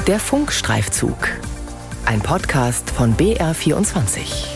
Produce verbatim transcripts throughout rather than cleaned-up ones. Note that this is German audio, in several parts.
Der Funkstreifzug. Ein Podcast von B R vierundzwanzig.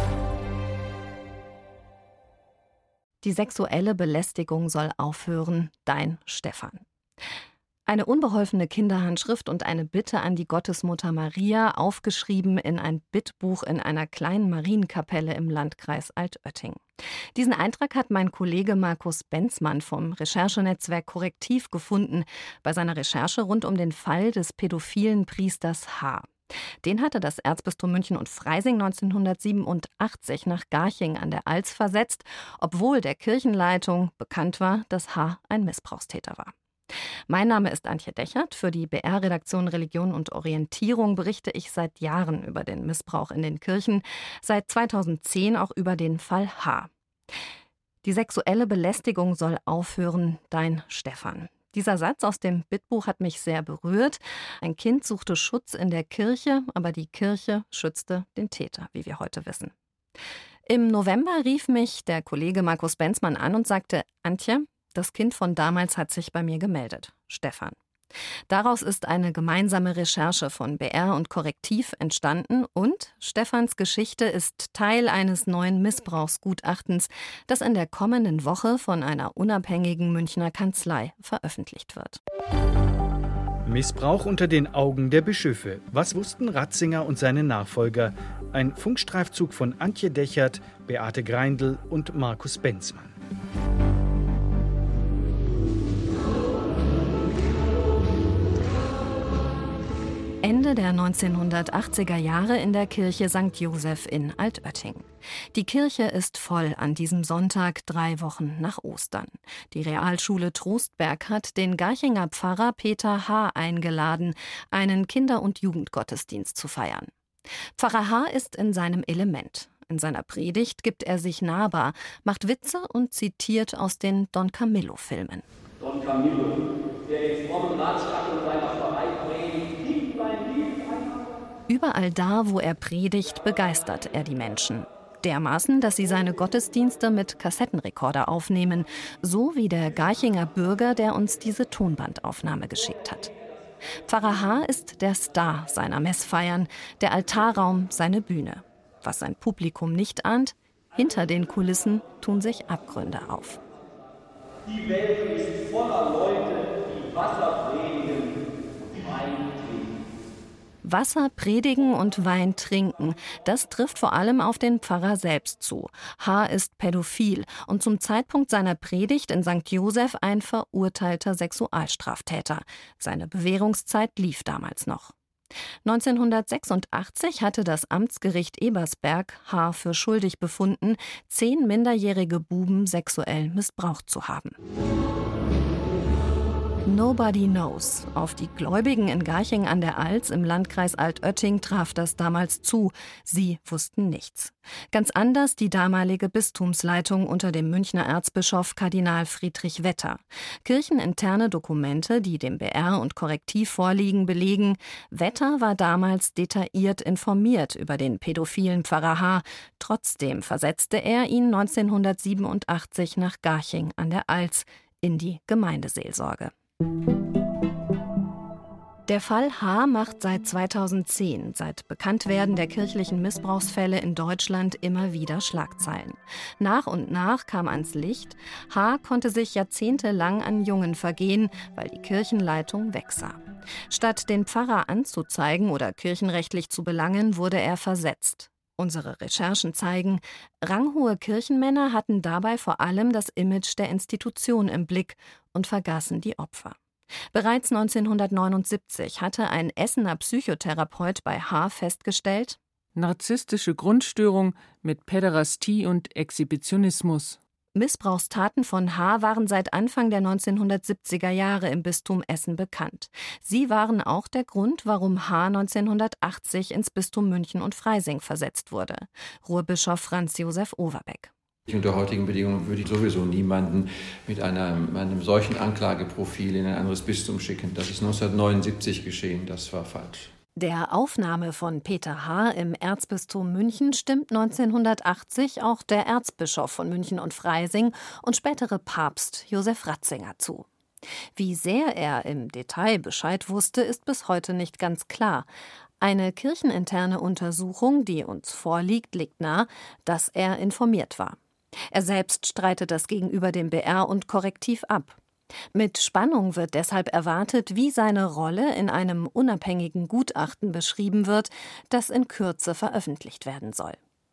Die sexuelle Belästigung soll aufhören. Dein Stefan. Eine unbeholfene Kinderhandschrift und eine Bitte an die Gottesmutter Maria, aufgeschrieben in ein Bittbuch in einer kleinen Marienkapelle im Landkreis Altötting. Diesen Eintrag hat mein Kollege Markus Benzmann vom Recherchenetzwerk Korrektiv gefunden, bei seiner Recherche rund um den Fall des pädophilen Priesters H. Den hatte das Erzbistum München und Freising neunzehnhundertsiebenundachtzig nach Garching an der Alz versetzt, obwohl der Kirchenleitung bekannt war, dass H. ein Missbrauchstäter war. Mein Name ist Antje Dechert. Für die B R-Redaktion Religion und Orientierung berichte ich seit Jahren über den Missbrauch in den Kirchen, seit zweitausendzehn auch über den Fall H. Die sexuelle Belästigung soll aufhören, dein Stefan. Dieser Satz aus dem Bittbuch hat mich sehr berührt. Ein Kind suchte Schutz in der Kirche, aber die Kirche schützte den Täter, wie wir heute wissen. Im November rief mich der Kollege Markus Benzmann an und sagte: Antje, das Kind von damals hat sich bei mir gemeldet, Stefan. Daraus ist eine gemeinsame Recherche von B R und Korrektiv entstanden und Stefans Geschichte ist Teil eines neuen Missbrauchsgutachtens, das in der kommenden Woche von einer unabhängigen Münchner Kanzlei veröffentlicht wird. Missbrauch unter den Augen der Bischöfe. Was wussten Ratzinger und seine Nachfolger? Ein Funkstreifzug von Antje Dechert, Beate Greindl und Markus Benzmann. Ende der neunzehnhundertachtziger Jahre in der Kirche Sankt Joseph in Altötting. Die Kirche ist voll an diesem Sonntag, drei Wochen nach Ostern. Die Realschule Trostberg hat den Garchinger Pfarrer Peter H. eingeladen, einen Kinder- und Jugendgottesdienst zu feiern. Pfarrer H. ist in seinem Element. In seiner Predigt gibt er sich nahbar, macht Witze und zitiert aus den Don Camillo-Filmen. Don Camillo, der jetzt frommen Ratschlag und seiner Pfarrei predigt, Überall da, wo er predigt, begeistert er die Menschen. Dermaßen, dass sie seine Gottesdienste mit Kassettenrekorder aufnehmen, so wie der Garchinger Bürger, der uns diese Tonbandaufnahme geschickt hat. Pfarrer H. ist der Star seiner Messfeiern, der Altarraum seine Bühne. Was sein Publikum nicht ahnt: hinter den Kulissen tun sich Abgründe auf. Die Welt ist voller Leute, die Wasser predigen, Wein trinken. Wasser predigen und Wein trinken, das trifft vor allem auf den Pfarrer selbst zu. H. ist pädophil und zum Zeitpunkt seiner Predigt in Sankt Joseph ein verurteilter Sexualstraftäter. Seine Bewährungszeit lief damals noch. neunzehnhundertsechsundachtzig hatte das Amtsgericht Ebersberg H. für schuldig befunden, zehn minderjährige Buben sexuell missbraucht zu haben. Nobody knows. Auf die Gläubigen in Garching an der Alz im Landkreis Altötting traf das damals zu. Sie wussten nichts. Ganz anders die damalige Bistumsleitung unter dem Münchner Erzbischof Kardinal Friedrich Wetter. Kircheninterne Dokumente, die dem B R und Korrektiv vorliegen, belegen: Wetter war damals detailliert informiert über den pädophilen Pfarrer H. Trotzdem versetzte er ihn neunzehnhundertsiebenundachtzig nach Garching an der Alz in die Gemeindeseelsorge. Der Fall H. macht seit zweitausendzehn, seit Bekanntwerden der kirchlichen Missbrauchsfälle in Deutschland, immer wieder Schlagzeilen. Nach und nach kam ans Licht: H. konnte sich jahrzehntelang an Jungen vergehen, weil die Kirchenleitung wegsah. Statt den Pfarrer anzuzeigen oder kirchenrechtlich zu belangen, wurde er versetzt. Unsere Recherchen zeigen, ranghohe Kirchenmänner hatten dabei vor allem das Image der Institution im Blick und vergaßen die Opfer. Bereits neunzehnhundertneunundsiebzig hatte ein Essener Psychotherapeut bei H. festgestellt: narzisstische Grundstörung mit Päderastie und Exhibitionismus. Missbrauchstaten von H. waren seit Anfang der neunzehnhundertsiebziger Jahre im Bistum Essen bekannt. Sie waren auch der Grund, warum H. neunzehnhundertachtzig ins Bistum München und Freising versetzt wurde. Ruhrbischof Franz Josef Overbeck. Unter heutigen Bedingungen würde ich sowieso niemanden mit einem, einem solchen Anklageprofil in ein anderes Bistum schicken. Das ist neunzehnhundertneunundsiebzig geschehen, das war falsch. Der Aufnahme von Peter H. im Erzbistum München stimmt neunzehnhundertachtzig auch der Erzbischof von München und Freising und spätere Papst Josef Ratzinger zu. Wie sehr er im Detail Bescheid wusste, ist bis heute nicht ganz klar. Eine kircheninterne Untersuchung, die uns vorliegt, legt nahe, dass er informiert war. Er selbst streitet das gegenüber dem B R und korrektiv ab. Mit Spannung wird deshalb erwartet, wie seine Rolle in einem unabhängigen Gutachten beschrieben wird, das in Kürze veröffentlicht werden soll.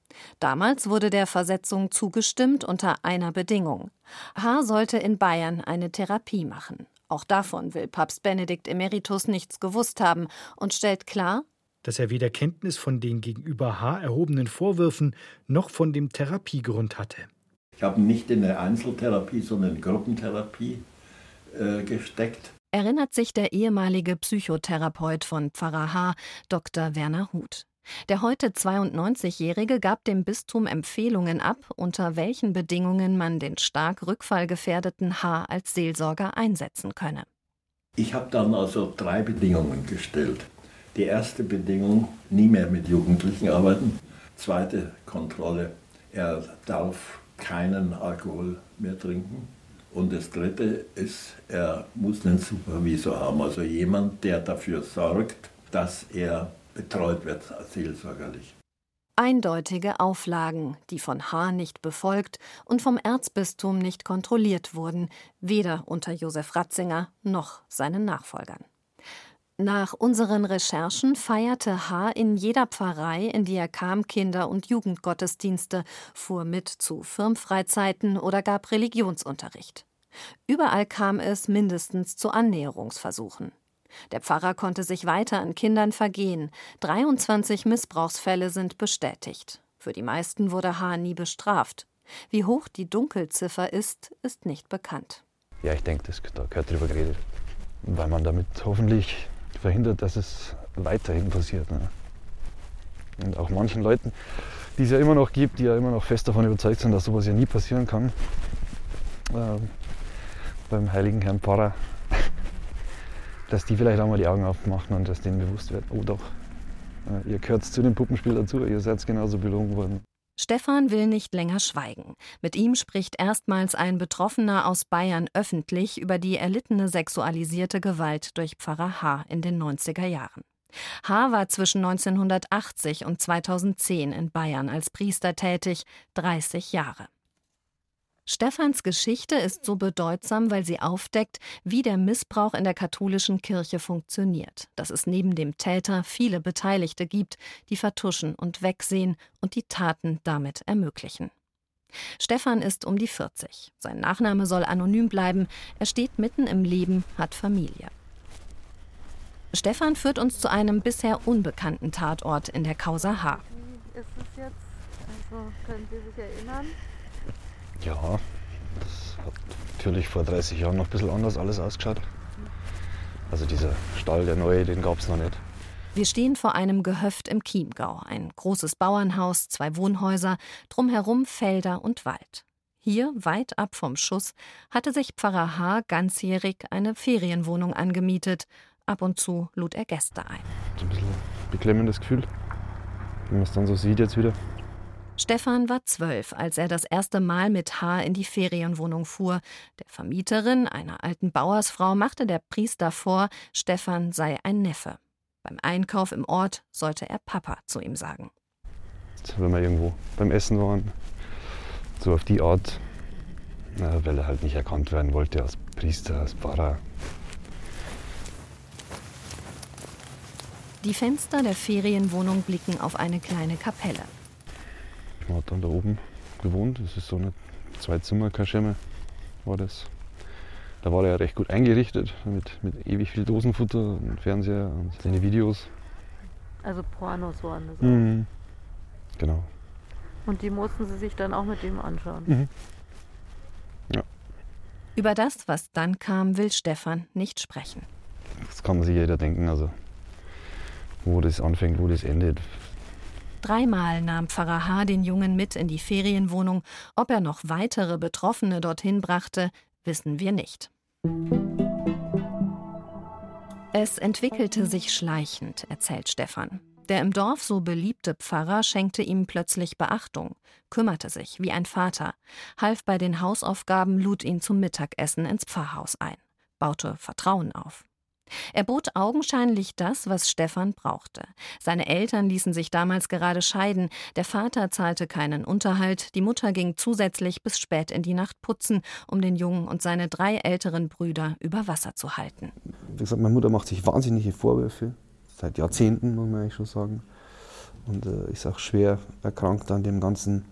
Damals wurde der Versetzung zugestimmt unter einer Bedingung. H. sollte in Bayern eine Therapie machen. Auch davon will Papst Benedikt Emeritus nichts gewusst haben und stellt klar, dass er weder Kenntnis von den gegenüber H. erhobenen Vorwürfen noch von dem Therapiegrund hatte. Ich habe nicht in eine Einzeltherapie, sondern in Gruppentherapie äh, gesteckt. Erinnert sich der ehemalige Psychotherapeut von Pfarrer H., Doktor Werner Huth. Der heute zweiundneunzigjährige gab dem Bistum Empfehlungen ab, unter welchen Bedingungen man den stark rückfallgefährdeten H. als Seelsorger einsetzen könne. Ich habe dann also drei Bedingungen gestellt. Die erste Bedingung, nie mehr mit Jugendlichen arbeiten. Zweite Kontrolle, er darf keinen Alkohol mehr trinken. Und das dritte ist, er muss einen Supervisor haben, also jemand, der dafür sorgt, dass er betreut wird seelsorgerlich. Eindeutige Auflagen, die von H. nicht befolgt und vom Erzbistum nicht kontrolliert wurden, weder unter Josef Ratzinger noch seinen Nachfolgern. Nach unseren Recherchen feierte H. in jeder Pfarrei, in die er kam, Kinder- und Jugendgottesdienste, fuhr mit zu Firmenfreizeiten oder gab Religionsunterricht. Überall kam es mindestens zu Annäherungsversuchen. Der Pfarrer konnte sich weiter an Kindern vergehen. dreiundzwanzig Missbrauchsfälle sind bestätigt. Für die meisten wurde H. nie bestraft. Wie hoch die Dunkelziffer ist, ist nicht bekannt. Ja, ich denke, das, da gehört drüber geredet, weil man damit hoffentlich verhindert, dass es weiterhin passiert. Ne? Und auch manchen Leuten, die es ja immer noch gibt, die ja immer noch fest davon überzeugt sind, dass sowas ja nie passieren kann, äh, beim heiligen Herrn Pfarrer, dass die vielleicht auch mal die Augen aufmachen und dass denen bewusst wird, oh doch, äh, ihr gehört zu dem Puppenspiel dazu, ihr seid genauso belogen worden. Stefan will nicht länger schweigen. Mit ihm spricht erstmals ein Betroffener aus Bayern öffentlich über die erlittene sexualisierte Gewalt durch Pfarrer H. in den neunziger Jahren. H. war zwischen neunzehnhundertachtzig und zweitausendzehn in Bayern als Priester tätig, dreißig Jahre. Stefans Geschichte ist so bedeutsam, weil sie aufdeckt, wie der Missbrauch in der katholischen Kirche funktioniert, dass es neben dem Täter viele Beteiligte gibt, die vertuschen und wegsehen und die Taten damit ermöglichen. Stefan ist um die vierzig. Sein Nachname soll anonym bleiben. Er steht mitten im Leben, hat Familie. Stefan führt uns zu einem bisher unbekannten Tatort in der Causa H. Wie ist es jetzt? Also, können Sie sich erinnern? Ja, das hat natürlich vor dreißig Jahren noch ein bisschen anders alles ausgeschaut. Also dieser Stall, der neue, den gab es noch nicht. Wir stehen vor einem Gehöft im Chiemgau, ein großes Bauernhaus, zwei Wohnhäuser, drumherum Felder und Wald. Hier, weit ab vom Schuss, hatte sich Pfarrer H. ganzjährig eine Ferienwohnung angemietet. Ab und zu lud er Gäste ein. So ein bisschen beklemmendes Gefühl, wenn man es dann so sieht jetzt wieder. Stefan war zwölf, als er das erste Mal mit H. in die Ferienwohnung fuhr. Der Vermieterin, einer alten Bauersfrau, machte der Priester vor, Stefan sei ein Neffe. Beim Einkauf im Ort sollte er Papa zu ihm sagen. Wenn wir irgendwo beim Essen waren, so auf die Art, na, weil er halt nicht erkannt werden wollte als Priester, als Pfarrer. Die Fenster der Ferienwohnung blicken auf eine kleine Kapelle. Man hat dann da oben gewohnt, das ist so eine Zwei-Zimmer-Kaschemme war das. Da war er ja recht gut eingerichtet, mit, mit ewig viel Dosenfutter und Fernseher und seine Videos. Also Pornos waren das auch. Mhm. Genau. Und die mussten Sie sich dann auch mit dem anschauen? Mhm. Ja. Über das, was dann kam, will Stefan nicht sprechen. Das kann sich jeder denken, also wo das anfängt, wo das endet. Dreimal nahm Pfarrer H. den Jungen mit in die Ferienwohnung. Ob er noch weitere Betroffene dorthin brachte, wissen wir nicht. Es entwickelte sich schleichend, erzählt Stefan. Der im Dorf so beliebte Pfarrer schenkte ihm plötzlich Beachtung, kümmerte sich wie ein Vater, half bei den Hausaufgaben, lud ihn zum Mittagessen ins Pfarrhaus ein. baute Vertrauen auf. Er bot augenscheinlich das, was Stefan brauchte. Seine Eltern ließen sich damals gerade scheiden, der Vater zahlte keinen Unterhalt, die Mutter ging zusätzlich bis spät in die Nacht putzen, um den Jungen und seine drei älteren Brüder über Wasser zu halten. Wie gesagt, meine Mutter macht sich wahnsinnige Vorwürfe, seit Jahrzehnten, muss man eigentlich schon sagen. Und äh, ist auch schwer erkrankt an dem Ganzen.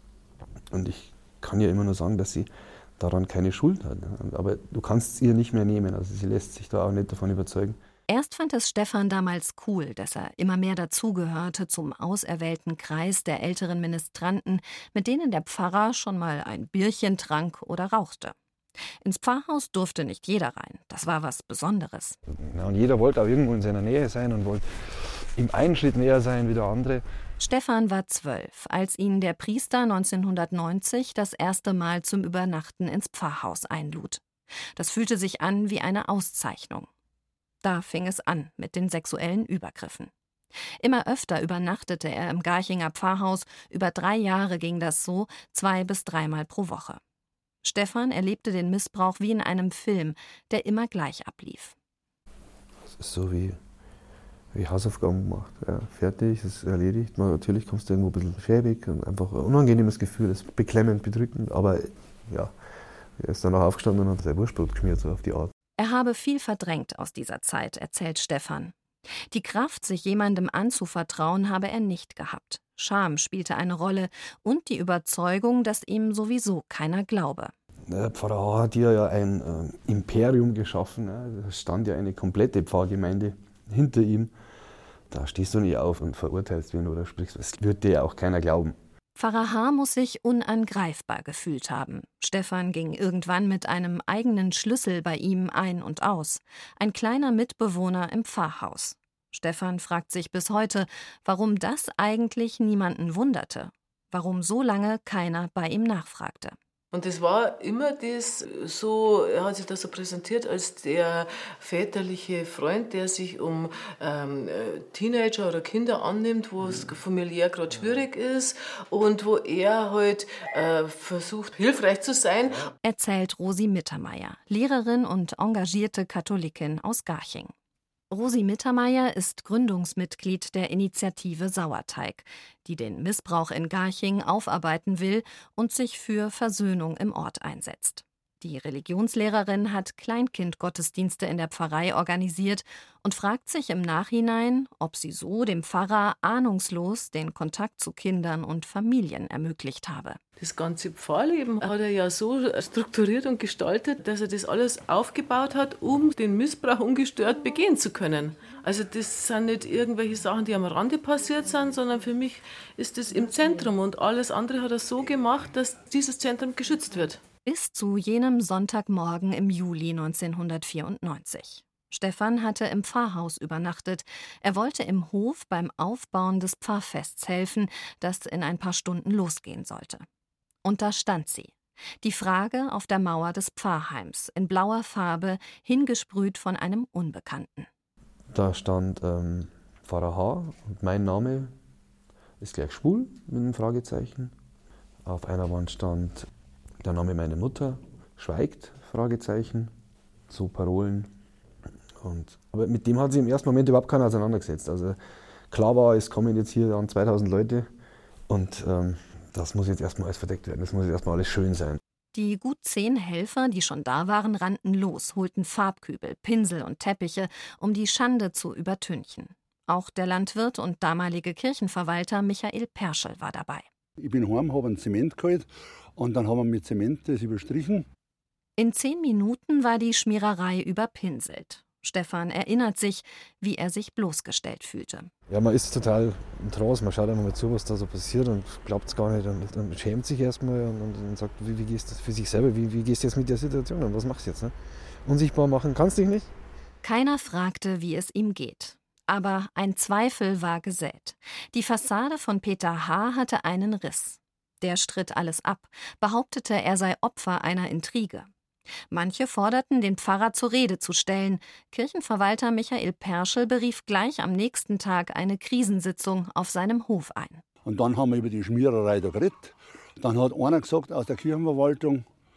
Und ich kann ja immer nur sagen, dass sie daran keine Schuld hat. Aber du kannst es ihr nicht mehr nehmen. Also sie lässt sich da auch nicht davon überzeugen. Erst fand es Stefan damals cool, dass er immer mehr dazugehörte zum auserwählten Kreis der älteren Ministranten, mit denen der Pfarrer schon mal ein Bierchen trank oder rauchte. Ins Pfarrhaus durfte nicht jeder rein. Das war was Besonderes. Ja, und jeder wollte auch irgendwo in seiner Nähe sein und wollte im einen Schritt näher sein wie der andere. Stefan war zwölf, als ihn der Priester neunzehnhundertneunzig das erste Mal zum Übernachten ins Pfarrhaus einlud. Das fühlte sich an wie eine Auszeichnung. Da fing es an mit den sexuellen Übergriffen. Immer öfter übernachtete er im Garchinger Pfarrhaus. Über drei Jahre ging das so, zwei bis dreimal pro Woche. Stefan erlebte den Missbrauch wie in einem Film, der immer gleich ablief. Es ist so wie, wie Hausaufgaben gemacht. Ja, fertig, es ist erledigt. Man, natürlich kommst du irgendwo ein bisschen schäbig und einfach ein unangenehmes Gefühl, es ist beklemmend, bedrückend. Aber ja, er ist danach aufgestanden und hat sein Wurstbrot geschmiert, so auf die Art. Er habe viel verdrängt aus dieser Zeit, erzählt Stefan. Die Kraft, sich jemandem anzuvertrauen, habe er nicht gehabt. Scham spielte eine Rolle und die Überzeugung, dass ihm sowieso keiner glaube. Der Pfarrer hat hier ja ein äh, Imperium geschaffen. Ja. Da stand ja eine komplette Pfarrgemeinde hinter ihm. Da stehst du nicht auf und verurteilst wen oder sprichst. Das wird dir ja auch keiner glauben. Pfarrer H. muss sich unangreifbar gefühlt haben. Stefan ging irgendwann mit einem eigenen Schlüssel bei ihm ein und aus. Ein kleiner Mitbewohner im Pfarrhaus. Stefan fragt sich bis heute, warum das eigentlich niemanden wunderte. Warum so lange keiner bei ihm nachfragte. Und es war immer das so, er hat sich da so präsentiert als der väterliche Freund, der sich um ähm, Teenager oder Kinder annimmt, wo es familiär gerade schwierig ist und wo er halt äh, versucht, hilfreich zu sein. Erzählt Rosi Mittermeier, Lehrerin und engagierte Katholikin aus Garching. Rosi Mittermeier ist Gründungsmitglied der Initiative Sauerteig, die den Missbrauch in Garching aufarbeiten will und sich für Versöhnung im Ort einsetzt. Die Religionslehrerin hat Kleinkindgottesdienste in der Pfarrei organisiert und fragt sich im Nachhinein, ob sie so dem Pfarrer ahnungslos den Kontakt zu Kindern und Familien ermöglicht habe. Das ganze Pfarrleben hat er ja so strukturiert und gestaltet, dass er das alles aufgebaut hat, um den Missbrauch ungestört begehen zu können. Also das sind nicht irgendwelche Sachen, die am Rande passiert sind, sondern für mich ist das im Zentrum und alles andere hat er so gemacht, dass dieses Zentrum geschützt wird. Bis zu jenem Sonntagmorgen im Juli neunzehnhundertvierundneunzig. Stefan hatte im Pfarrhaus übernachtet. Er wollte im Hof beim Aufbauen des Pfarrfests helfen, das in ein paar Stunden losgehen sollte. Und da stand sie. Die Frage auf der Mauer des Pfarrheims, in blauer Farbe, hingesprüht von einem Unbekannten. Da stand ähm, Pfarrer H. und mein Name ist gleich schwul, mit einem Fragezeichen. Auf einer Wand stand der Name meiner Mutter, schweigt, Fragezeichen, so Parolen. Und, aber mit dem hat sich im ersten Moment überhaupt keiner auseinandergesetzt. Also klar war, es kommen jetzt hier an zweitausend Leute und ähm, das muss jetzt erstmal alles verdeckt werden, das muss jetzt erstmal alles schön sein. Die gut zehn Helfer, die schon da waren, rannten los, holten Farbkübel, Pinsel und Teppiche, um die Schande zu übertünchen. Auch der Landwirt und damalige Kirchenverwalter Michael Perschel war dabei. Ich bin heim, habe ein Zement geholt und dann haben wir mit Zement das überstrichen. In zehn Minuten war die Schmiererei überpinselt. Stefan erinnert sich, wie er sich bloßgestellt fühlte. Ja, man ist total im Trance, man schaut einfach mal zu, was da so passiert und glaubt es gar nicht und, und schämt sich erstmal und, und, und sagt, wie, wie gehst du für sich selber, wie, wie gehst du jetzt mit der Situation um, was machst du jetzt? Ne? Unsichtbar machen kannst du dich nicht. Keiner fragte, wie es ihm geht. Aber ein Zweifel war gesät. Die Fassade von Peter H. hatte einen Riss. Der stritt alles ab, behauptete, er sei Opfer einer Intrige. Manche forderten, den Pfarrer zur Rede zu stellen. Kirchenverwalter Michael Perschel berief gleich am nächsten Tag eine Krisensitzung auf seinem Hof ein. Und dann haben wir über die Schmiererei da geredet. Dann hat einer gesagt aus der Kirchenverwaltung,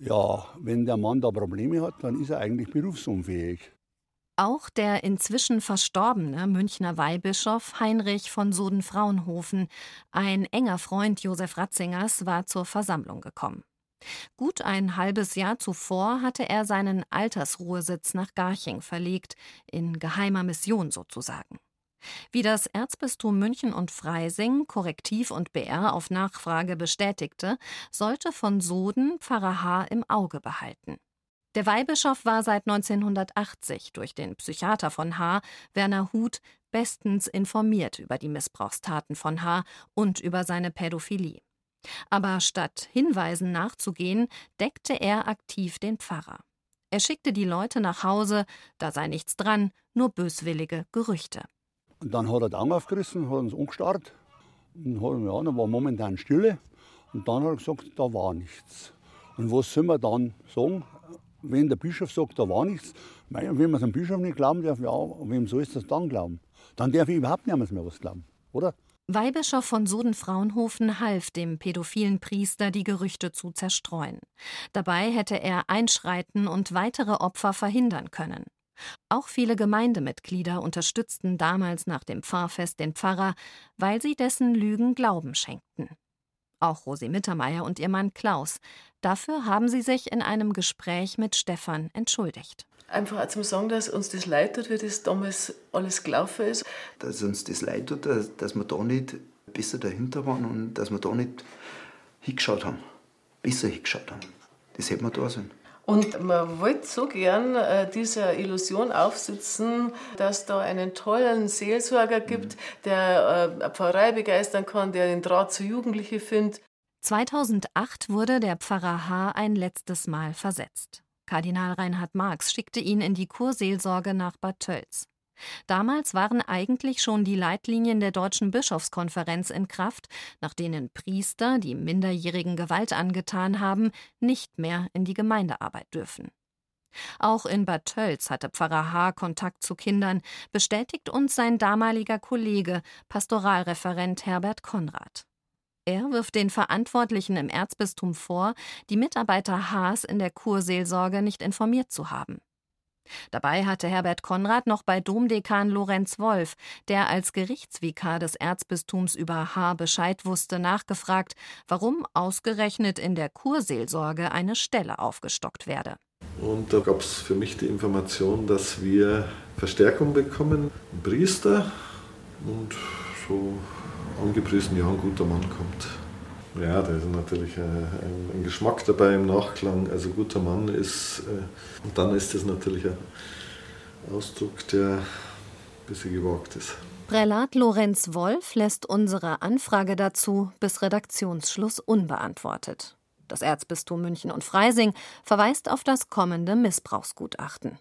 Ja, wenn der Mann da Probleme hat, dann ist er eigentlich berufsunfähig. Auch der inzwischen verstorbene Münchner Weihbischof Heinrich von Soden-Fraunhofen, ein enger Freund Josef Ratzingers, war zur Versammlung gekommen. Gut ein halbes Jahr zuvor hatte er seinen Altersruhesitz nach Garching verlegt, in geheimer Mission sozusagen. Wie das Erzbistum München und Freising, Korrektiv und B R auf Nachfrage bestätigte, sollte von Soden Pfarrer H. im Auge behalten. Der Weihbischof war seit neunzehnhundertachtzig durch den Psychiater von H., Werner Huth, bestens informiert über die Missbrauchstaten von H. und über seine Pädophilie. Aber statt Hinweisen nachzugehen, deckte er aktiv den Pfarrer. Er schickte die Leute nach Hause, da sei nichts dran, nur böswillige Gerüchte. Und dann hat er die Augen aufgerissen, hat uns angestarrt. Und hat, ja, dann war momentan Stille. Und dann hat er gesagt, da war nichts. Und was soll man dann sagen, wenn der Bischof sagt, da war nichts? Wenn man es dem Bischof nicht glauben darf, ja, wem soll es das dann glauben? Dann darf ich überhaupt niemals mehr was glauben, oder? Weihbischof von Soden-Fraunhofen half dem pädophilen Priester, die Gerüchte zu zerstreuen. Dabei hätte er einschreiten und weitere Opfer verhindern können. Auch viele Gemeindemitglieder unterstützten damals nach dem Pfarrfest den Pfarrer, weil sie dessen Lügen Glauben schenkten. Auch Rosi Mittermeier und ihr Mann Klaus. Dafür haben sie sich in einem Gespräch mit Stefan entschuldigt. Einfach auch zum Sagen, dass uns das leid tut, wie das damals alles gelaufen ist. Dass uns das leid tut, dass, dass wir da nicht besser dahinter waren und dass wir da nicht hingeschaut haben. Besser hingeschaut haben. Das hätte man da sein. Und man wollte so gern äh, dieser Illusion aufsitzen, dass da einen tollen Seelsorger gibt, der äh, eine Pfarrei begeistern kann, der den Draht zu Jugendlichen findet. zweitausendacht wurde der Pfarrer H. ein letztes Mal versetzt. Kardinal Reinhard Marx schickte ihn in die Kurseelsorge nach Bad Tölz. Damals waren eigentlich schon die Leitlinien der Deutschen Bischofskonferenz in Kraft, nach denen Priester, die Minderjährigen Gewalt angetan haben, nicht mehr in die Gemeindearbeit dürfen. Auch in Bad Tölz hatte Pfarrer H. Kontakt zu Kindern, bestätigt uns sein damaliger Kollege, Pastoralreferent Herbert Konrad. Er wirft den Verantwortlichen im Erzbistum vor, die Mitarbeiter H.s in der Kurseelsorge nicht informiert zu haben. Dabei hatte Herbert Konrad noch bei Domdekan Lorenz Wolf, der als Gerichtsvikar des Erzbistums über H. Bescheid wusste, nachgefragt, warum ausgerechnet in der Kurseelsorge eine Stelle aufgestockt werde. Und da gab es für mich die Information, dass wir Verstärkung bekommen, ein Priester und so angepriesen, ja, ein guter Mann kommt. Ja, da ist natürlich ein, ein Geschmack dabei im Nachklang. Also guter Mann ist, äh, und dann ist das natürlich ein Ausdruck, der ein bisschen gewagt ist. Prälat Lorenz Wolf lässt unsere Anfrage dazu bis Redaktionsschluss unbeantwortet. Das Erzbistum München und Freising verweist auf das kommende Missbrauchsgutachten.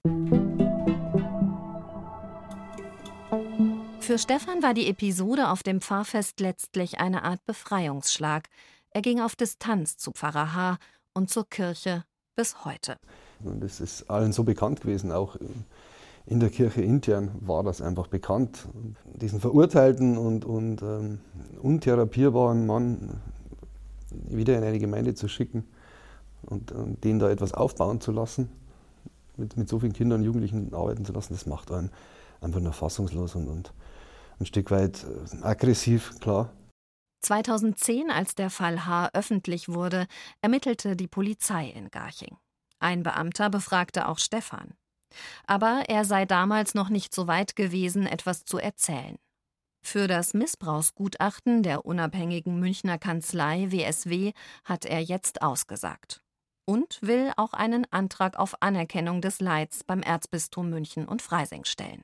Für Stefan war die Episode auf dem Pfarrfest letztlich eine Art Befreiungsschlag. Er ging auf Distanz zu Pfarrer H. und zur Kirche bis heute. Das ist allen so bekannt gewesen, auch in der Kirche intern war das einfach bekannt. Diesen verurteilten und, und ähm, untherapierbaren Mann wieder in eine Gemeinde zu schicken und, und den da etwas aufbauen zu lassen, mit, mit so vielen Kindern und Jugendlichen arbeiten zu lassen, das macht einen einfach nur fassungslos und, und ein Stück weit aggressiv, klar. zweitausendzehn, als der Fall H. öffentlich wurde, ermittelte die Polizei in Garching. Ein Beamter befragte auch Stefan. Aber er sei damals noch nicht so weit gewesen, etwas zu erzählen. Für das Missbrauchsgutachten der unabhängigen Münchner Kanzlei W S W hat er jetzt ausgesagt. Und will auch einen Antrag auf Anerkennung des Leids beim Erzbistum München und Freising stellen.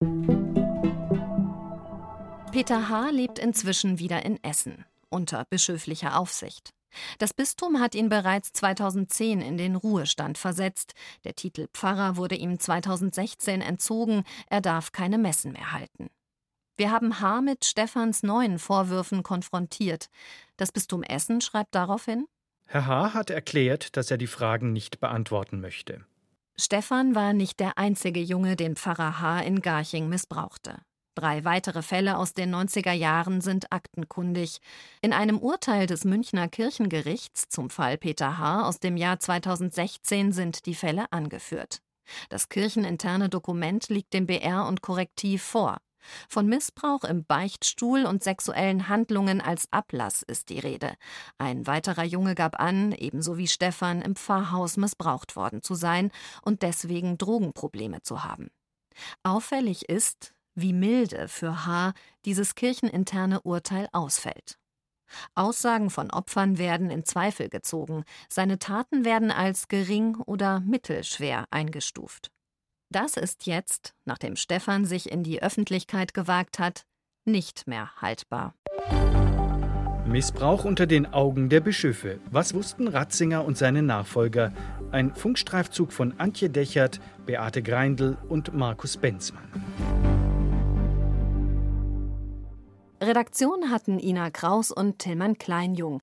Peter H. lebt inzwischen wieder in Essen, unter bischöflicher Aufsicht. Das Bistum hat ihn bereits zweitausendzehn in den Ruhestand versetzt. Der Titel Pfarrer wurde ihm zweitausendsechzehn entzogen, er darf keine Messen mehr halten. Wir haben H. mit Stephans neuen Vorwürfen konfrontiert. Das Bistum Essen schreibt daraufhin: Herr H. hat erklärt, dass er die Fragen nicht beantworten möchte. Stefan war nicht der einzige Junge, den Pfarrer H. in Garching missbrauchte. Drei weitere Fälle aus den neunziger Jahren sind aktenkundig. In einem Urteil des Münchner Kirchengerichts zum Fall Peter H. aus dem Jahr zweitausendsechzehn sind die Fälle angeführt. Das kircheninterne Dokument liegt dem B R und Korrektiv vor. Von Missbrauch im Beichtstuhl und sexuellen Handlungen als Ablass ist die Rede. Ein weiterer Junge gab an, ebenso wie Stefan, im Pfarrhaus missbraucht worden zu sein und deswegen Drogenprobleme zu haben. Auffällig ist, wie milde für H. dieses kircheninterne Urteil ausfällt. Aussagen von Opfern werden in Zweifel gezogen, seine Taten werden als gering oder mittelschwer eingestuft. Das ist jetzt, nachdem Stefan sich in die Öffentlichkeit gewagt hat, nicht mehr haltbar. Missbrauch unter den Augen der Bischöfe. Was wussten Ratzinger und seine Nachfolger? Ein Funkstreifzug von Antje Dechert, Beate Greindl und Markus Benzmann. Redaktion hatten Ina Kraus und Tillmann Kleinjung.